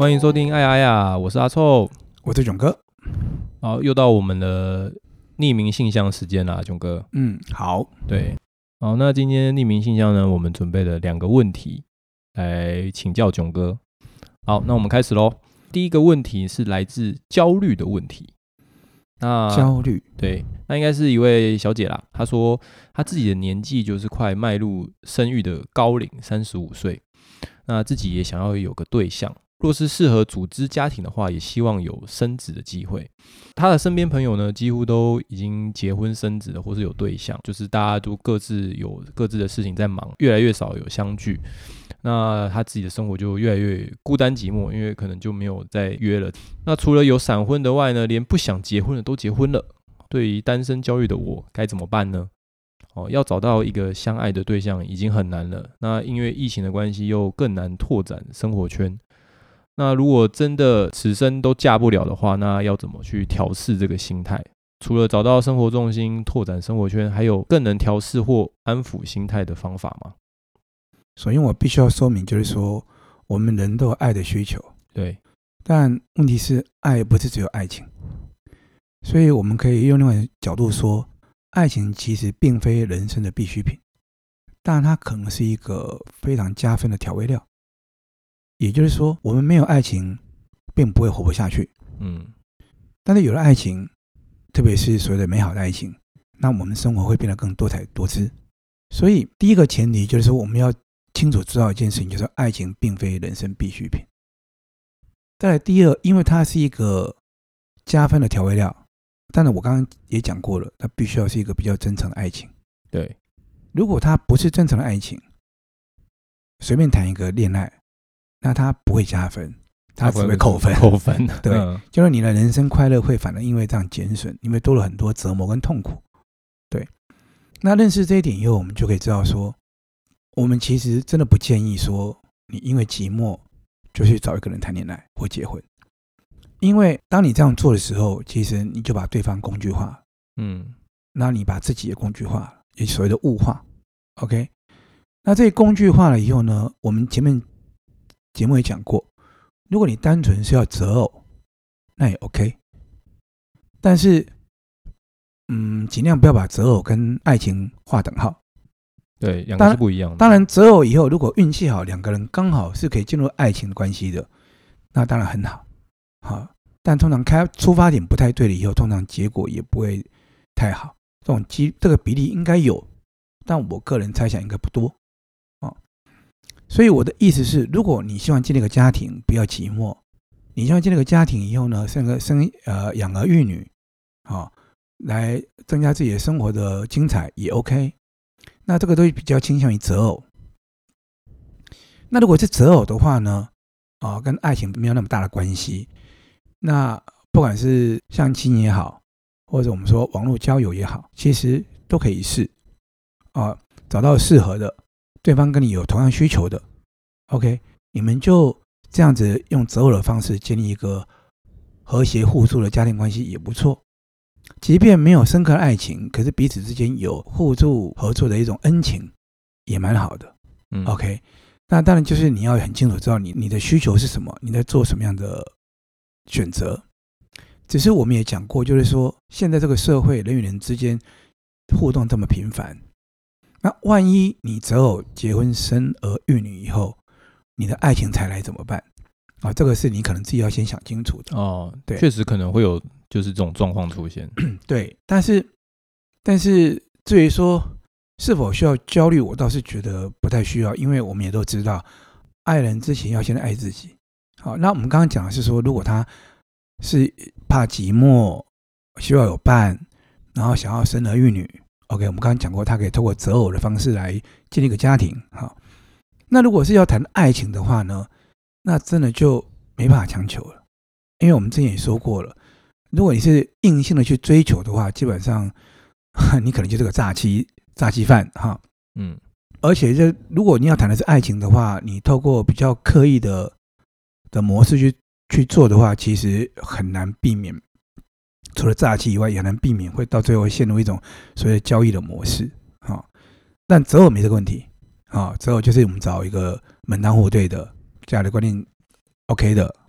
欢迎收听哎呀哎呀，我是阿臭， 我是囧哥。 好，又到我们的匿名信箱时间啦，囧哥。 好， 对，好，那今天匿名信箱呢，我们准备了2个问题来请教囧哥。好，那我们开始咯。第一个问题是来自焦虑的问题。那焦虑， 对，那应该是一位小姐啦。她说她自己的年纪就是快迈入生育的高龄，35岁，那自己也想要有个对象。若是适合组织家庭的话，也希望有生子的机会。他的身边朋友呢，几乎都已经结婚生子了，或是有对象，就是大家都各自有各自的事情在忙，越来越少有相聚。那他自己的生活就越来越孤单寂寞，因为可能就没有再约了。那除了有闪婚的外呢，连不想结婚的都结婚了。对于单身焦虑的我，该怎么办呢？要找到一个相爱的对象已经很难了，那因为疫情的关系，又更难拓展生活圈。那如果真的此生都嫁不了的话，那要怎么去调试这个心态？除了找到生活重心、拓展生活圈，还有更能调试或安抚心态的方法吗？ 首先我必须要说明，就是说我们人都有爱的需求， 对， 但问题是爱不是只有爱情，所以我们可以用另外一个角度说，爱情其实并非人生的必需品，但它可能是一个非常加分的调味料。也就是说，我们没有爱情并不会活不下去，但是有了爱情，特别是所谓的美好的爱情，那我们生活会变得更多彩多姿。所以第一个前提就是说，我们要清楚知道一件事情，就是爱情并非人生必需品。再来第二，因为它是一个加分的调味料，当然我刚刚也讲过了，它必须要是一个比较真诚的爱情。 对， 如果它不是真诚的爱情，随便谈一个恋爱，那它不会加分，它只会扣分。 扣分， 对，就是你的人生快乐会反而因为这样减损，因为多了很多折磨跟痛苦。对，那认识这一点以后，我们就可以知道说，我们其实真的不建议说，你因为寂寞就去找一个人谈恋爱或结婚，因为当你这样做的时候，其实你就把对方工具化，那你把自己也工具化，也所谓的物化。OK， 那这工具化了以后呢，我们前面节目也讲过，如果你单纯是要择偶，那也 OK， 但是尽量不要把择偶跟爱情划等号。 对，两个是不一样的。 当然择偶以后，如果运气好，2个人刚好是可以进入爱情的关系的，那当然很好。但通常出发点不太对了以后，通常结果也不会太好。这个比例应该有，但我个人猜想应该不多。所以我的意思是，如果你希望建立一个家庭，不要寂寞，你希望建立一个家庭以后呢，养儿育女，来增加自己的生活的精彩也 OK。那这个都比较倾向于择偶。那如果是择偶的话呢，跟爱情没有那么大的关系，那不管是相亲也好，或者我们说网络交友也好，其实都可以试，找到适合的，对方跟你有同样需求的 ，OK， 你们就这样子用择偶的方式建立一个和谐互助的家庭关系也不错。即便没有深刻的爱情，可是彼此之间有互助合作的一种恩情，也蛮好的。OK， 那当然就是你要很清楚知道你的需求是什么，你在做什么样的选择。只是我们也讲过，就是说现在这个社会人与人之间互动这么频繁，那万一你择偶结婚生儿育女以后，你的爱情才来怎么办？这个是你可能自己要先想清楚的。 对，确实可能会有就是这种状况出现。 对，但是至于说是否需要焦虑，我倒是觉得不太需要，因为我们也都知道，爱人之前要先爱自己。好，那我们刚刚讲的是说，如果他是怕寂寞，需要有伴，然后想要生儿育女 ，OK， 我们刚刚讲过，他可以透过择偶的方式来建立一个家庭。好，那如果是要谈爱情的话呢，那真的就没办法强求了，因为我们之前也说过了，如果你是硬性的去追求的话，基本上你可能就是个诈欺犯哈。而且如果你要谈的是爱情的话，你透过比较刻意的模式去做的话，其实很难避免，除了诈欺以外，也很难避免会到最后陷入一种所谓的交易的模式。但择偶没这个问题，择偶就是我们找一个门当户对的，家里观念 OK 的，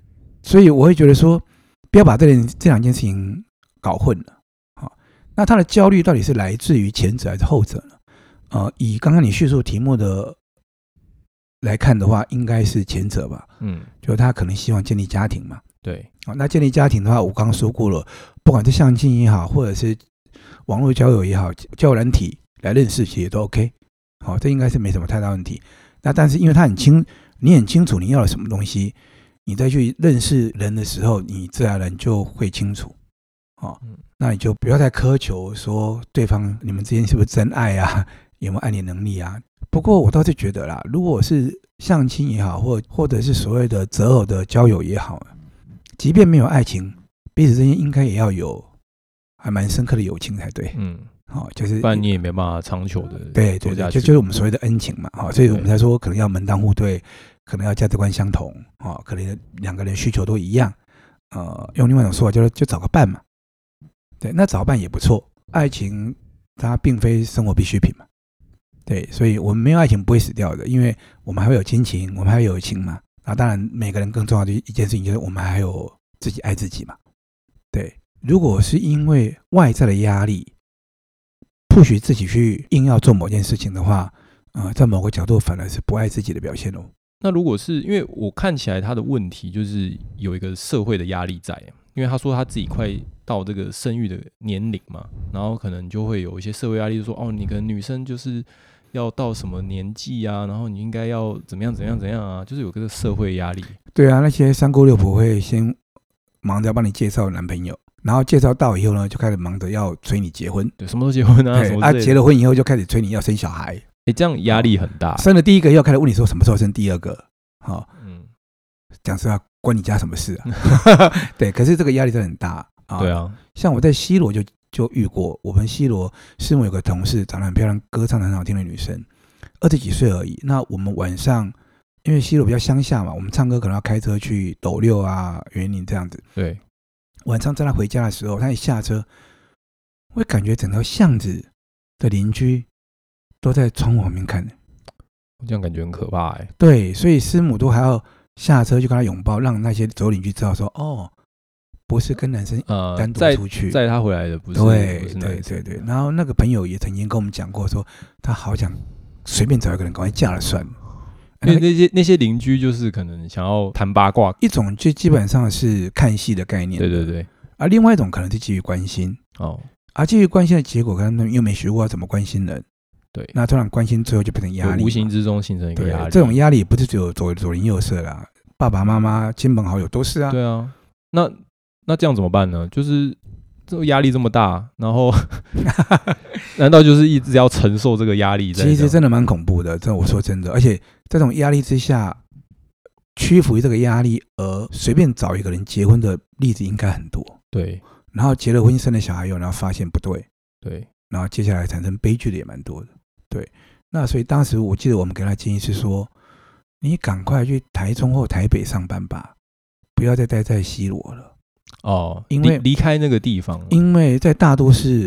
所以我会觉得说，不要把这两件事情搞混了。好，那他的焦虑到底是来自于前者还是后者呢？以刚刚你叙述题目的来看的话，应该是前者吧。就他可能希望建立家庭嘛。 对。 那建立家庭的话，我刚刚说过了，不管是相亲也好，或者是网络交友也好，交友软体来认识，其实也都 OK。好，这应该是没什么太大问题。那但是因为你很清楚你要的什么东西，你再去认识人的时候，你自然而然就会清楚。那你就不要再苛求说对方你们之间是不是真爱啊，有没有爱你能力啊。不过我倒是觉得啦，如果是相亲也好，或者是所谓的择偶的交友也好，即便没有爱情，彼此之间应该也要有还蛮深刻的友情才对。就是不然你也没办法长久的对，就是我们所谓的恩情嘛。所以我们才说可能要门当户对，可能要价值观相同，可能两个人需求都一样。用另外一种说法就找个伴嘛。对，那找伴也不错。爱情它并非生活必需品嘛。对，所以我们没有爱情不会死掉的，因为我们还会有亲情，我们还有友情嘛。那当然每个人更重要的一件事情就是我们还有自己爱自己嘛。对，如果是因为外在的压力不许自己去硬要做某件事情的话，在某个角度反而是不爱自己的表现哦。 那如果是因为我看起来他的问题就是有一个社会的压力在，因为他说他自己快到这个生育的年龄嘛，然后可能就会有一些社会压力，就说你可能女生就是要到什么年纪啊，然后你应该要怎么样啊，就是有个社会压力。对啊，那些三姑六婆会先忙着要帮你介绍男朋友，然后介绍到以后呢，就开始忙着要催你结婚。 对，什么都结婚啊，什么结了婚以后就开始催你要生小孩。 这样压力很大。 生了第一个又开始问你说什么时候生第二个。讲实话关你家什么事啊？对，可是这个压力真的很大。 对啊， 像我在西罗就遇过，我们西罗师母有个同事长得很漂亮，歌唱得很好听的女生，20几岁而已。那我们晚上因为西罗比较乡下嘛，我们唱歌可能要开车去斗六啊、园林这样子。 对， 晚上在他回家的时候，他一下车，会感觉整条巷子的邻居都在窗户旁边看。 这样感觉很可怕。 对，所以师母都还要下车去跟他拥抱，让那些走邻居知道说，不是跟男生单独出去， 载他回来的不是。 对。然后那个朋友也曾经跟我们讲过说，他好想随便找一个人赶快嫁了算了。 因为那些邻居就是可能想要谈八卦， 一种就基本上是看戏的概念。 对。 而另外一种可能是基于关心。而基于关心的结果，可能他们又没学过要怎么关心人。对，那突然关心最后就变成压力， 无形之中形成一个压力。 这种压力也不是只有左邻右舍啦，爸爸妈妈、亲朋好友都是啊。 对啊，那这样怎么办呢？就是这个压力这么大，然后难道就是一直要承受这个压力？ 其实真的蛮恐怖的，这我说真的。而且这种压力之下，屈服于这个压力而随便找一个人结婚的例子应该很多。 对， 然后结了婚生了小孩以后，然后发现不对。 对， 然后接下来产生悲剧的也蛮多的。对，那所以当时我记得我们给他建议是说，你赶快去台中或台北上班吧，不要再待在西螺了。 因为离开那个地方， 因为在大都市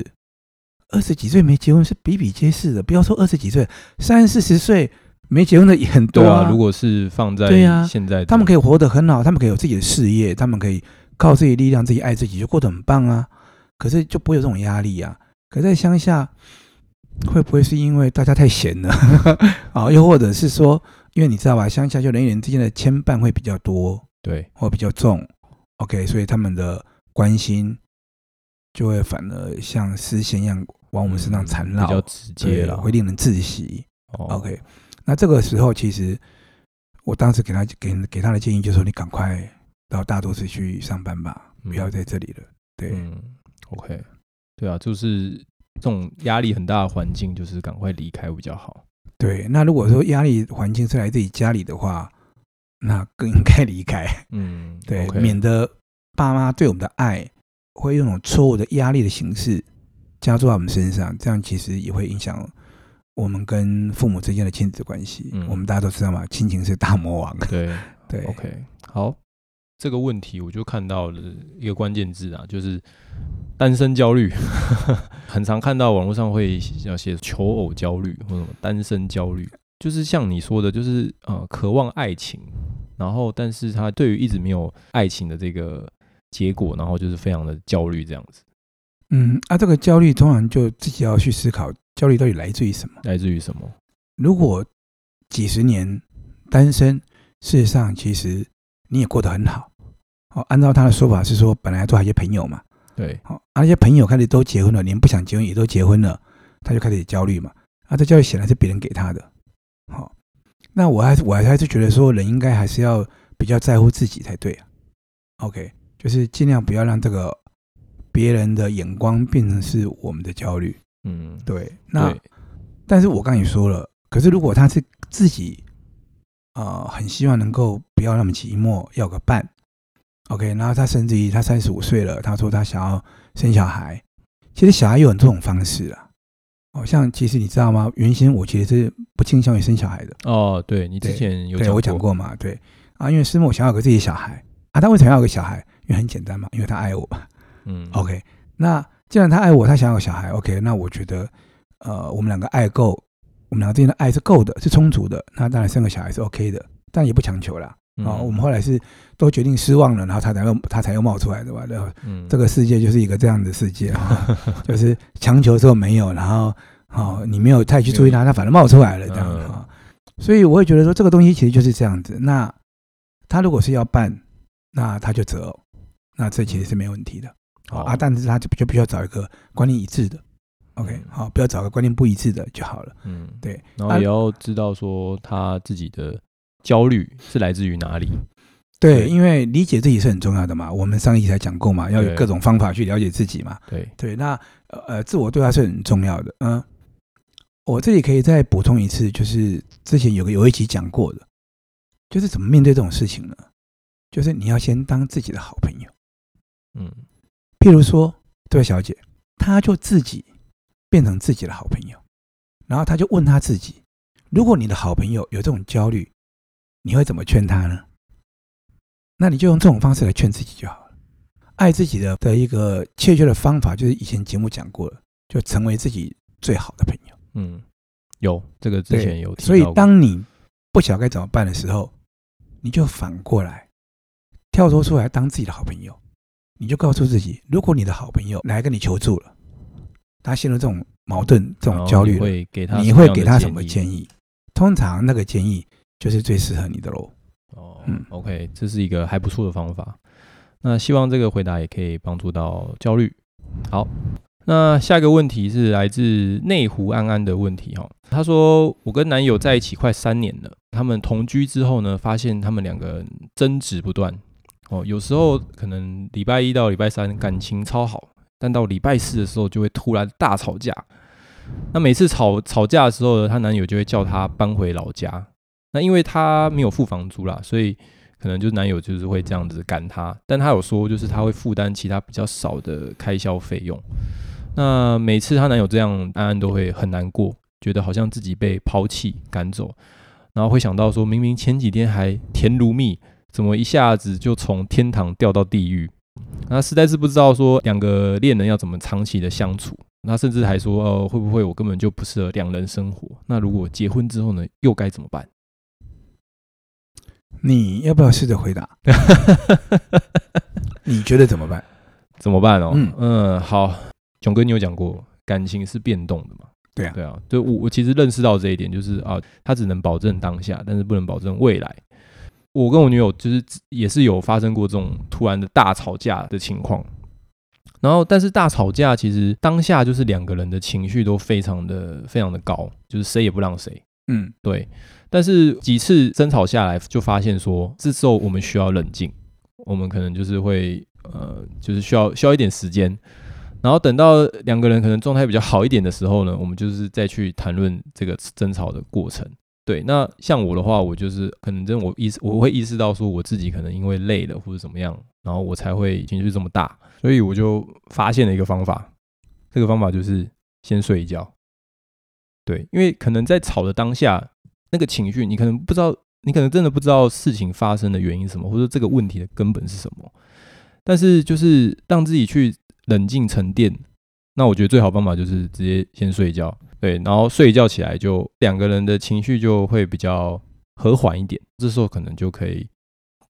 20几岁没结婚是比比皆是的，不要说20几岁，30、40岁没结婚的也很多啊。 如果是放在现在， 他们可以活得很好，他们可以有自己的事业，他们可以靠自己的力量，自己爱自己，就过得很棒啊。可是就不会有这种压力啊。可在乡下，会不会是因为大家太闲了？又或者是说，因为你知道吧，乡下就人与人之间的牵绊会比较多， 对， 或比较重。OK， 所以他们的关心就会反而像丝线一样往我们身上缠绕， 比较直接了， 会令人窒息。OK， 那这个时候其实我当时给他的建议就是说，你赶快到大都市去上班吧，不要在这里了。对 ，OK， 对啊，就是这种压力很大的环境，就是赶快离开比较好。 对，那如果说压力环境是来自己家里的话，那更应该离开。对，免得爸妈对我们的爱会用那种错误的压力的形式加注在我们身上，这样其实也会影响我们跟父母之间的亲子关系。我们大家都知道嘛，亲情是大魔王。对 ，OK， 好，这个问题我就看到了一个关键字啊，就是单身焦虑。很常看到网络上会要写求偶焦虑或者单身焦虑，就是像你说的，就是渴望爱情， 然后但是他对于一直没有爱情的这个结果，然后就是非常的焦虑这样子。 这个焦虑通常就自己要去思考，焦虑到底来自于什么？ 来自于什么？ 如果几十年单身，事实上其实你也过得很好。按照他的说法是说，本来都还有些朋友嘛， 对， 那些朋友开始都结婚了，连不想结婚也都结婚了，他就开始焦虑嘛。这焦虑显然是别人给他的。那我还是觉得说，人应该还是要比较在乎自己才对啊。OK， 就是尽量不要让这个别人的眼光变成是我们的焦虑。对。那但是我刚才也说了，可是如果他是自己很希望能够不要那么寂寞，要个伴。OK， 然后他甚至于他35岁了，他说他想要生小孩。其实小孩有很多种方式啦。像其实你知道吗？原先我其实是不倾向于生小孩的。 对，你之前有讲过。 对，我讲过嘛，对。因为师母想要有个自己的小孩他为什么要有个小孩？因为很简单嘛，因为他爱我。OK， 那既然他爱我，他想要有小孩 ，OK， 那我觉得我们两个爱够，我们两个之间的爱是够的，是充足的，那当然生个小孩是 OK 的，但也不强求啦。我们后来是都决定失望了，然后他才又冒出来的吧？这个世界就是一个这样的世界就是强求之后没有，然后你没有太去注意他反而冒出来了这样所以我会觉得说，这个东西其实就是这样子。那他如果是要办，那他就择偶，那这其实是没问题的但是他就必须要找一个观念一致的。OK， 不要找个观念不一致的就好了。对， 然后也要知道说他自己的焦虑是来自于哪里。 对，因为理解自己是很重要的嘛。我们上一集才讲过嘛，要有各种方法去了解自己嘛。对，那自我对话是很重要的。我这里可以再补充一次，就是之前有一集讲过的，就是怎么面对这种事情呢？就是你要先当自己的好朋友。譬如说这位小姐，她就自己变成自己的好朋友，然后她就问她自己，如果你的好朋友有这种焦虑，你会怎么劝他呢？那你就用这种方式来劝自己就好了。爱自己的一个确切的方法，就是以前节目讲过了，就成为自己最好的朋友。 有这个之前有提到过。 所以当你不晓得该怎么办的时候，你就反过来跳脱出来当自己的好朋友。你就告诉自己，如果你的好朋友来跟你求助了，他陷入这种矛盾、这种焦虑了，你会给他什么建议？通常那个建议就是最适合你的咯。 OK， 这是一个还不错的方法。那希望这个回答也可以帮助到焦虑。好，那下一个问题是来自内湖安安的问题。他说，我跟男友在一起快3年了，他们同居之后呢，发现他们两个人争执不断。有时候可能礼拜1到礼拜3感情超好，但到礼拜4的时候就会突然大吵架。那每次吵架的时候呢，她男友就会叫她搬回老家。那因为她没有付房租啦，所以可能就是男友就是会这样子赶她。但她有说，就是她会负担其他比较少的开销费用。那每次她男友这样，安安都会很难过，觉得好像自己被抛弃赶走，然后会想到说，明明前几天还甜如蜜，怎么一下子就从天堂掉到地狱？那实在是不知道说两个恋人要怎么长期的相处。他甚至还说，会不会我根本就不适合两人生活？那如果结婚之后呢，又该怎么办？ 你要不要试着回答？你觉得怎么办？ 怎么办哦？好，囧哥你有讲过，感情是变动的嘛？ 对啊，就我其实认识到这一点，就是他只能保证当下，但是不能保证未来。我跟我女友就是也是有发生过这种突然的大吵架的情况。然后，但是大吵架其实当下就是两个人的情绪都非常的高，就是谁也不让谁。对。但是几次争吵下来，就发现说，这时候我们需要冷静，我们可能就是会就是需要一点时间。然后等到两个人可能状态比较好一点的时候呢，我们就是再去谈论这个争吵的过程。对，那像我的话，我就是可能我会意识到说，我自己可能因为累了或者怎么样，然后我才会情绪这么大，所以我就发现了一个方法，这个方法就是先睡一觉。对，因为可能在吵的当下，那个情绪你可能真的不知道事情发生的原因是什么，或者这个问题的根本是什么，但是就是让自己去冷静沉淀。那我觉得最好的方法就是直接先睡一觉。对，然后睡一觉起来，就两个人的情绪就会比较和缓一点。这时候可能就可以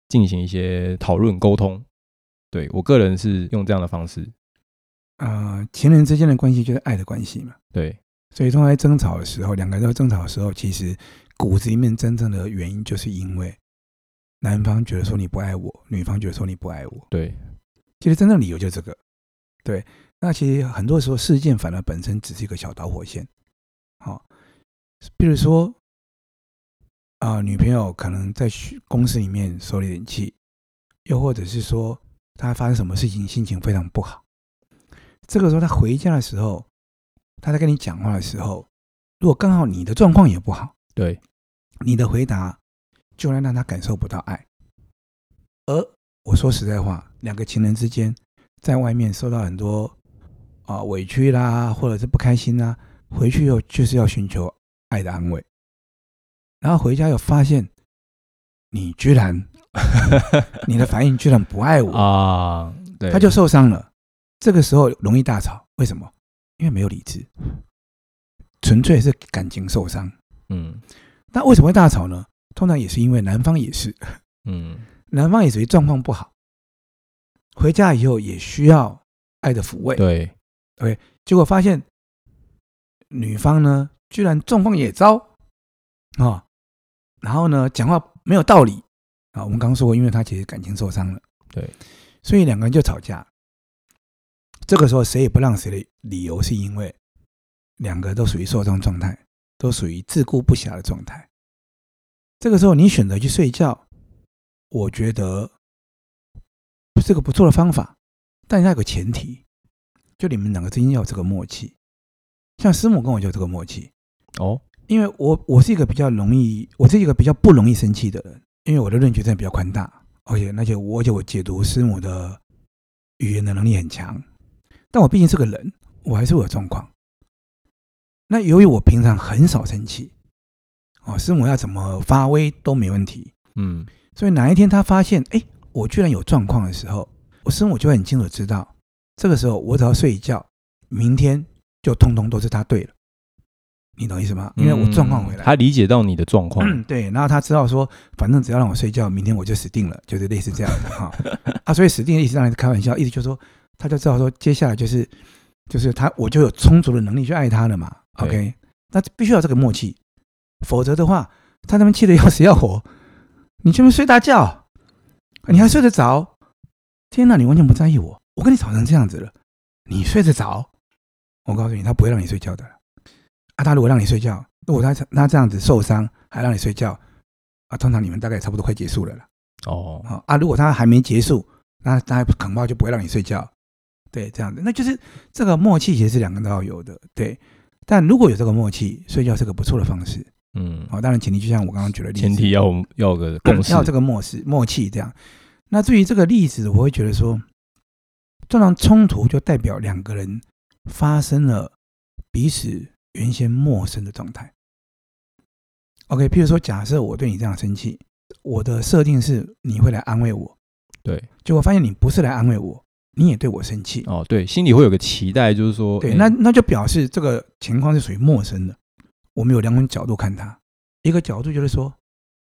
进行一些讨论沟通。对，我个人是用这样的方式。 情人之间的关系就是爱的关系嘛。 对， 所以通常在争吵的时候，两个人在争吵的时候，其实骨子里面真正的原因就是因为男方觉得说你不爱我，女方觉得说你不爱我。 对， 其实真正理由就是这个。对，那其实很多时候事件反而本身只是一个小导火线。好，比如说女朋友可能在公司里面受了一点气，又或者是说她发生什么事情心情非常不好，这个时候她回家的时候，她在跟你讲话的时候，如果刚好你的状况也不好， 对， 你的回答就能让她感受不到爱。而我说实在话，两个情人之间在外面受到很多委屈啦，或者是不开心啦，回去后就是要寻求爱的安慰，然后回家又发现你居然你的反应居然不爱我啊，对， 他就受伤了。这个时候容易大吵，为什么？因为没有理智，纯粹是感情受伤。那为什么会大吵呢？通常也是因为男方也是，男方也属于状况不好，回家以后也需要爱的抚慰。 对， 结果发现女方呢，居然状况也糟然后呢，讲话没有道理我们刚刚说过，因为他其实感情受伤了， 对， 所以两个人就吵架。这个时候谁也不让谁的理由是因为两个都属于受伤状态，都属于自顾不暇的状态。这个时候你选择去睡觉，我觉得是个不错的方法，但它有个前提，就你们两个之间要有这个默契。像师母跟我就有这个默契因为我是一个比较不容易生气的人，因为我的认知真的比较宽大，而且我解读师母的语言的能力很强，但我毕竟是个人，我还是会有状况。那由于我平常很少生气师母要怎么发威都没问题所以哪一天他发现我居然有状况的时候，我师母就会很清楚知道，这个时候我只要睡一觉，明天就通通都是他对了。你懂意思吗？因为我状况回来， 他理解到你的状况对，然后他知道说反正只要让我睡觉，明天我就死定了，就是类似这样的所以死定的意思当然是开玩笑，意思就是说他就知道说接下来就是我就有充足的能力去爱他了嘛。 OK， 那必须要有这个默契，否则的话他们气得要死要活，你去睡大觉你还睡得着，天哪，你完全不在意我跟你吵成这样子了，你睡得着？我告诉你，他不会让你睡觉的他如果让你睡觉，如果他这样子受伤还让你睡觉通常你们大概差不多快结束了啦如果他还没结束，那他恐怕就不会让你睡觉。对，这样子，那就是这个默契其实是两个人都要有的。对，但如果有这个默契，睡觉是个不错的方式。当然前提就像我刚刚举的例子， 前提要有个共识， 要这个默契这样。那至于这个例子，我会觉得说，这场冲突就代表两个人发生了彼此原先陌生的状态。OK， 譬如说假设我对你这样生气，我的设定是你会来安慰我， 对， 结果发现你不是来安慰我，你也对我生气对，心里会有个期待，就是说对，那就表示这个情况是属于陌生的。我们有两种角度看它，一个角度就是说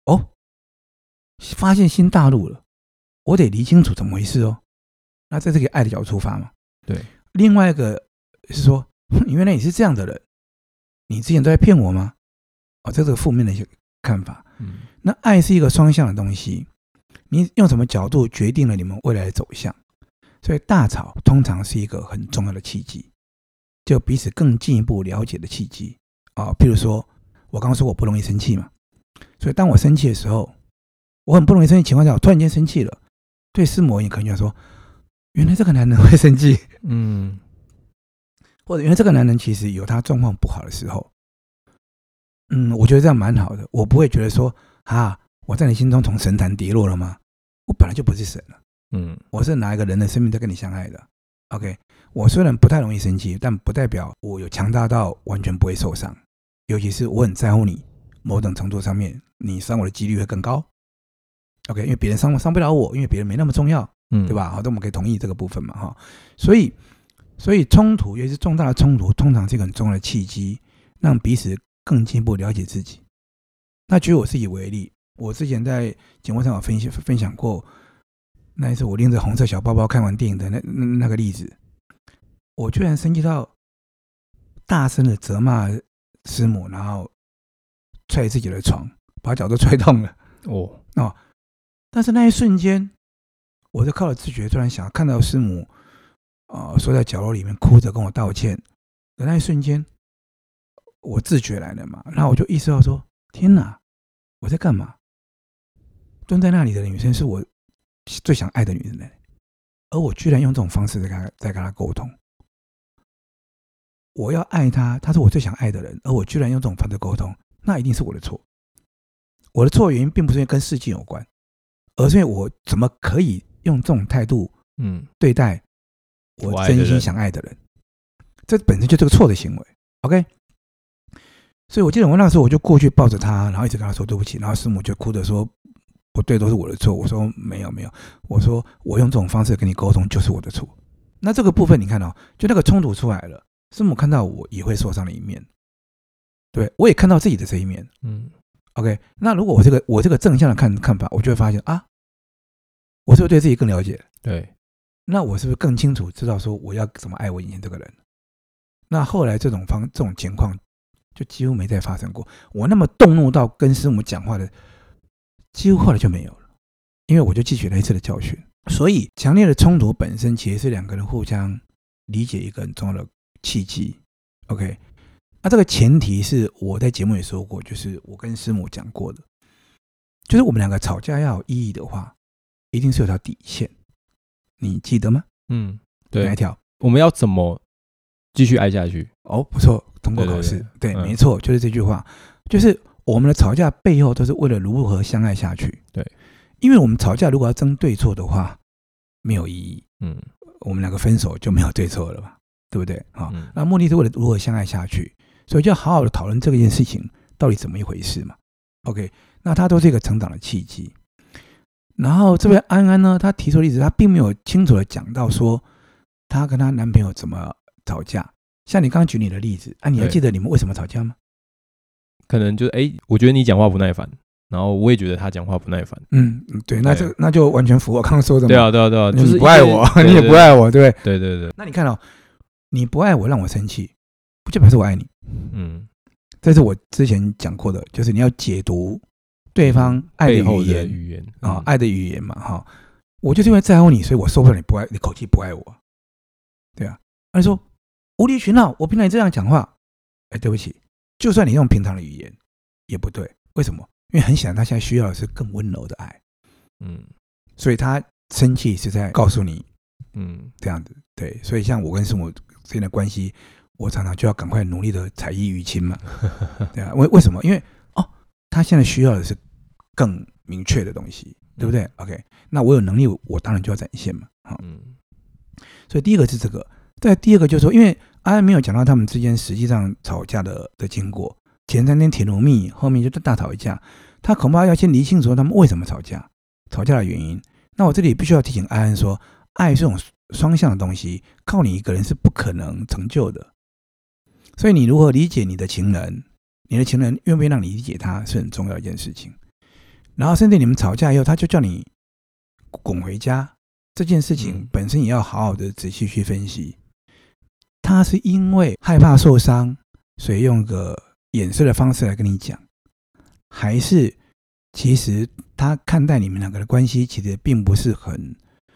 发现新大陆了，我得理清楚怎么回事那在这个爱的角度出发嘛。 对， 另外一个是说原来你是这样的人，你之前都在骗我吗？这是个负面的一些看法。那爱是一个双向的东西，你用什么角度决定了你们未来的走向。所以大吵通常是一个很重要的契机，就彼此更进一步了解的契机譬如说我刚刚说我不容易生气嘛，所以当我生气的时候，我很不容易生气的情况下，我突然间生气了，对师母而言可能就说原来这个男人会生气或者原来这个男人其实有他状况不好的时候我觉得这样蛮好的。我不会觉得说我在你心中从神坛跌落了吗？我本来就不是神了我是拿一个人的生命在跟你相爱的。 OK， 我虽然不太容易生气，但不代表我有强大到完全不会受伤，尤其是我很在乎你，某种程度上面你伤我的几率会更高。 OK， 因为别人伤不了我，因为别人没那么重要对吧？好的，我们可以同意这个部分嘛所以冲突，尤其是重大的冲突，通常是一个很重要的契机，让彼此更进一步了解自己。那举我自己为例， 我之前在节目上有分享过，那一次我拎着红色小包包看完电影的那个例子，我居然生气到大声的责骂师母，然后踹自己的床，把脚都踹痛了。但是那一瞬间，我就靠着自觉，突然想看到师母缩在角落里面哭着跟我道歉的那一瞬间，我自觉来了嘛，然后我就意识到说，天哪，我在干嘛？蹲在那里的女生是我最想爱的女人，而我居然用这种方式在跟她沟通。我要爱她，她是我最想爱的人，而我居然用这种方式沟通，那一定是我的错。我的错的原因并不是因为跟事情有关，而是因为我怎么可以用这种态度对待我真心想爱的人，这本身就是个错的行为。 OK， 所以我记得我那时候我就过去抱着他，然后一直跟他说对不起，然后师母就哭着说不对，都是我的错。我说没有，我说我用这种方式跟你沟通就是我的错。那这个部分你看就那个冲突出来了，师母看到我也会受伤的一面，对，我也看到自己的这一面。OK， 那如果我这个正向的看法，我就会发现我是不是对自己更了解？ 对， 那我是不是更清楚知道说我要怎么爱我眼前这个人？那后来这种情况就几乎没再发生过。我那么动怒到跟师母讲话的，几乎后来就没有了，因为我就汲取了一次的教训。所以强烈的冲突本身其实是两个人互相理解一个很重要的契机。 OK， 那这个前提是我在节目也说过，就是我跟师母讲过的，就是我们两个吵架要有意义的话，一定是有条底线，你记得吗？ 对， 哪一条？ 我们要怎么继续爱下去？ 不错，通过考试。对，没错，就是这句话，就是我们的吵架背后都是为了如何相爱下去。 对， 因为我们吵架如果要争对错的话，没有意义。我们两个分手就没有对错了吧，对不对？那目的是为了如何相爱下去，所以就要好好的讨论这件事情到底怎么一回事嘛。OK， 那它都是一个成长的契机。然后这位安安呢，她提出的例子，她并没有清楚的讲到说她跟她男朋友怎么吵架。像你刚刚举你的例子你还记得你们为什么吵架吗？ 可能就是我觉得你讲话不耐烦，然后我也觉得他讲话不耐烦。 对，那就完全符合我刚刚说的嘛。 对啊，就是你不爱我，你也不爱我，对不对？ 对。 那你看你不爱我让我生气，不就表示我爱你？这是我之前讲过的，就是你要解读对方爱的语言爱的语言嘛。我就是因为在乎你，所以我受不了你不爱你口气不爱我，对啊。你说无理取闹，我平常也这样讲话，对不起，就算你用平常的语言也不对。为什么？因为很显然他现在需要的是更温柔的爱。所以他生气是在告诉你这样子。对，所以像我跟师母之间的关系，我常常就要赶快努力的采衣娱亲嘛。对啊，为什么？因为他现在需要的是更明确的东西，对不对？OK， 那我有能力，我当然就要展现嘛。所以第一个是这个，再第二个就是说，因为安安没有讲到他们之间实际上吵架的经过，前3天铁路蜜，后面就大吵一架，他恐怕要先理清楚他们为什么吵架的原因。那我这里必须要提醒安安说，爱是这种双向的东西，靠你一个人是不可能成就的。所以你如何理解你的情人，你的情人愿不愿意让你理解他，是很重要的一件事情。然后甚至你们吵架以后，他就叫你滚回家，这件事情本身也要好好的仔细去分析。他是因为害怕受伤，所以用个掩饰的方式来跟你讲，还是其实他看待你们两个的关系其实并不是很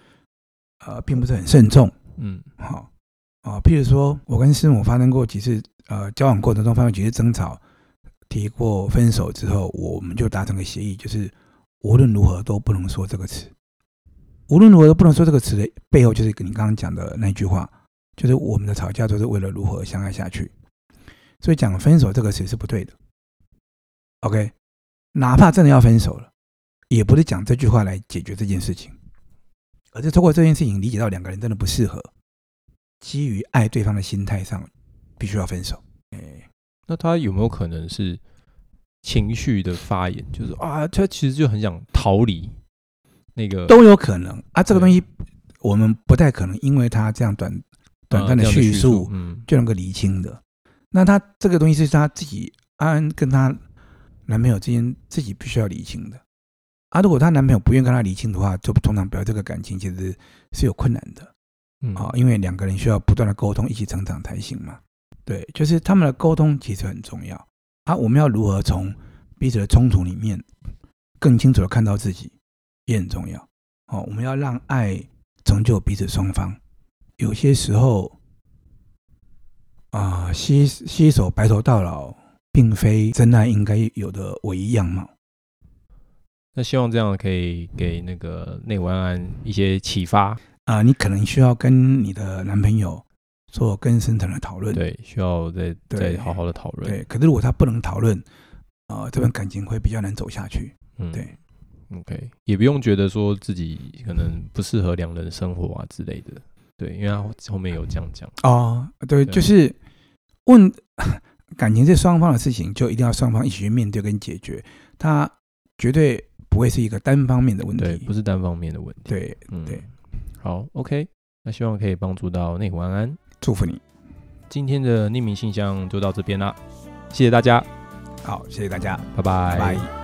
慎重。譬如说我跟师母发生过几次交往过程中发生几次争吵，提过分手之后，我们就达成个协议，就是无论如何都不能说这个词。无论如何都不能说这个词的背后，就是你刚刚讲的那句话，就是我们的吵架都是为了如何相爱下去。所以讲分手这个词是不对的。OK， 哪怕真的要分手了，也不是讲这句话来解决这件事情，而是透过这件事情理解到两个人真的不适合，基于爱对方的心态上必须要分手。 那他有没有可能是情绪的发言，就是他其实就很想逃离那个，都有可能这个东西我们不太可能因为他这样短暂的叙述就能够厘清的。那他这个东西是他自己安安跟他男朋友之间自己必须要厘清的。 如果她男朋友不愿意跟她厘清的话，就通常表示这个感情其实是有困难的。因为两个人需要不断的沟通，一起成长才行嘛。对，就是他们的沟通其实很重要我们要如何从彼此的冲突里面更清楚的看到自己，也很重要。我们要让爱成就彼此双方。有些时候携手白头到老，并非真爱应该有的唯一样貌。 那希望这样可以给那个内文安一些启发。 你可能需要跟你的男朋友做更深层的讨论。 对，需要再好好的讨论。 对，可是如果他不能讨论，这段感情会比较难走下去。对。 OK， 也不用觉得说自己可能不适合两人生活之类的。对，因为他后面有这样讲。 对，就是问感情是双方的事情，就一定要双方一起去面对跟解决，它绝对不会是一个单方面的问题。 对，不是单方面的问题。 对，对。 好 ，OK， 那希望可以帮助到内湖安安， 祝福你。 今天的匿名信箱就到这边啦，谢谢大家。 好，谢谢大家， 拜拜。 拜拜。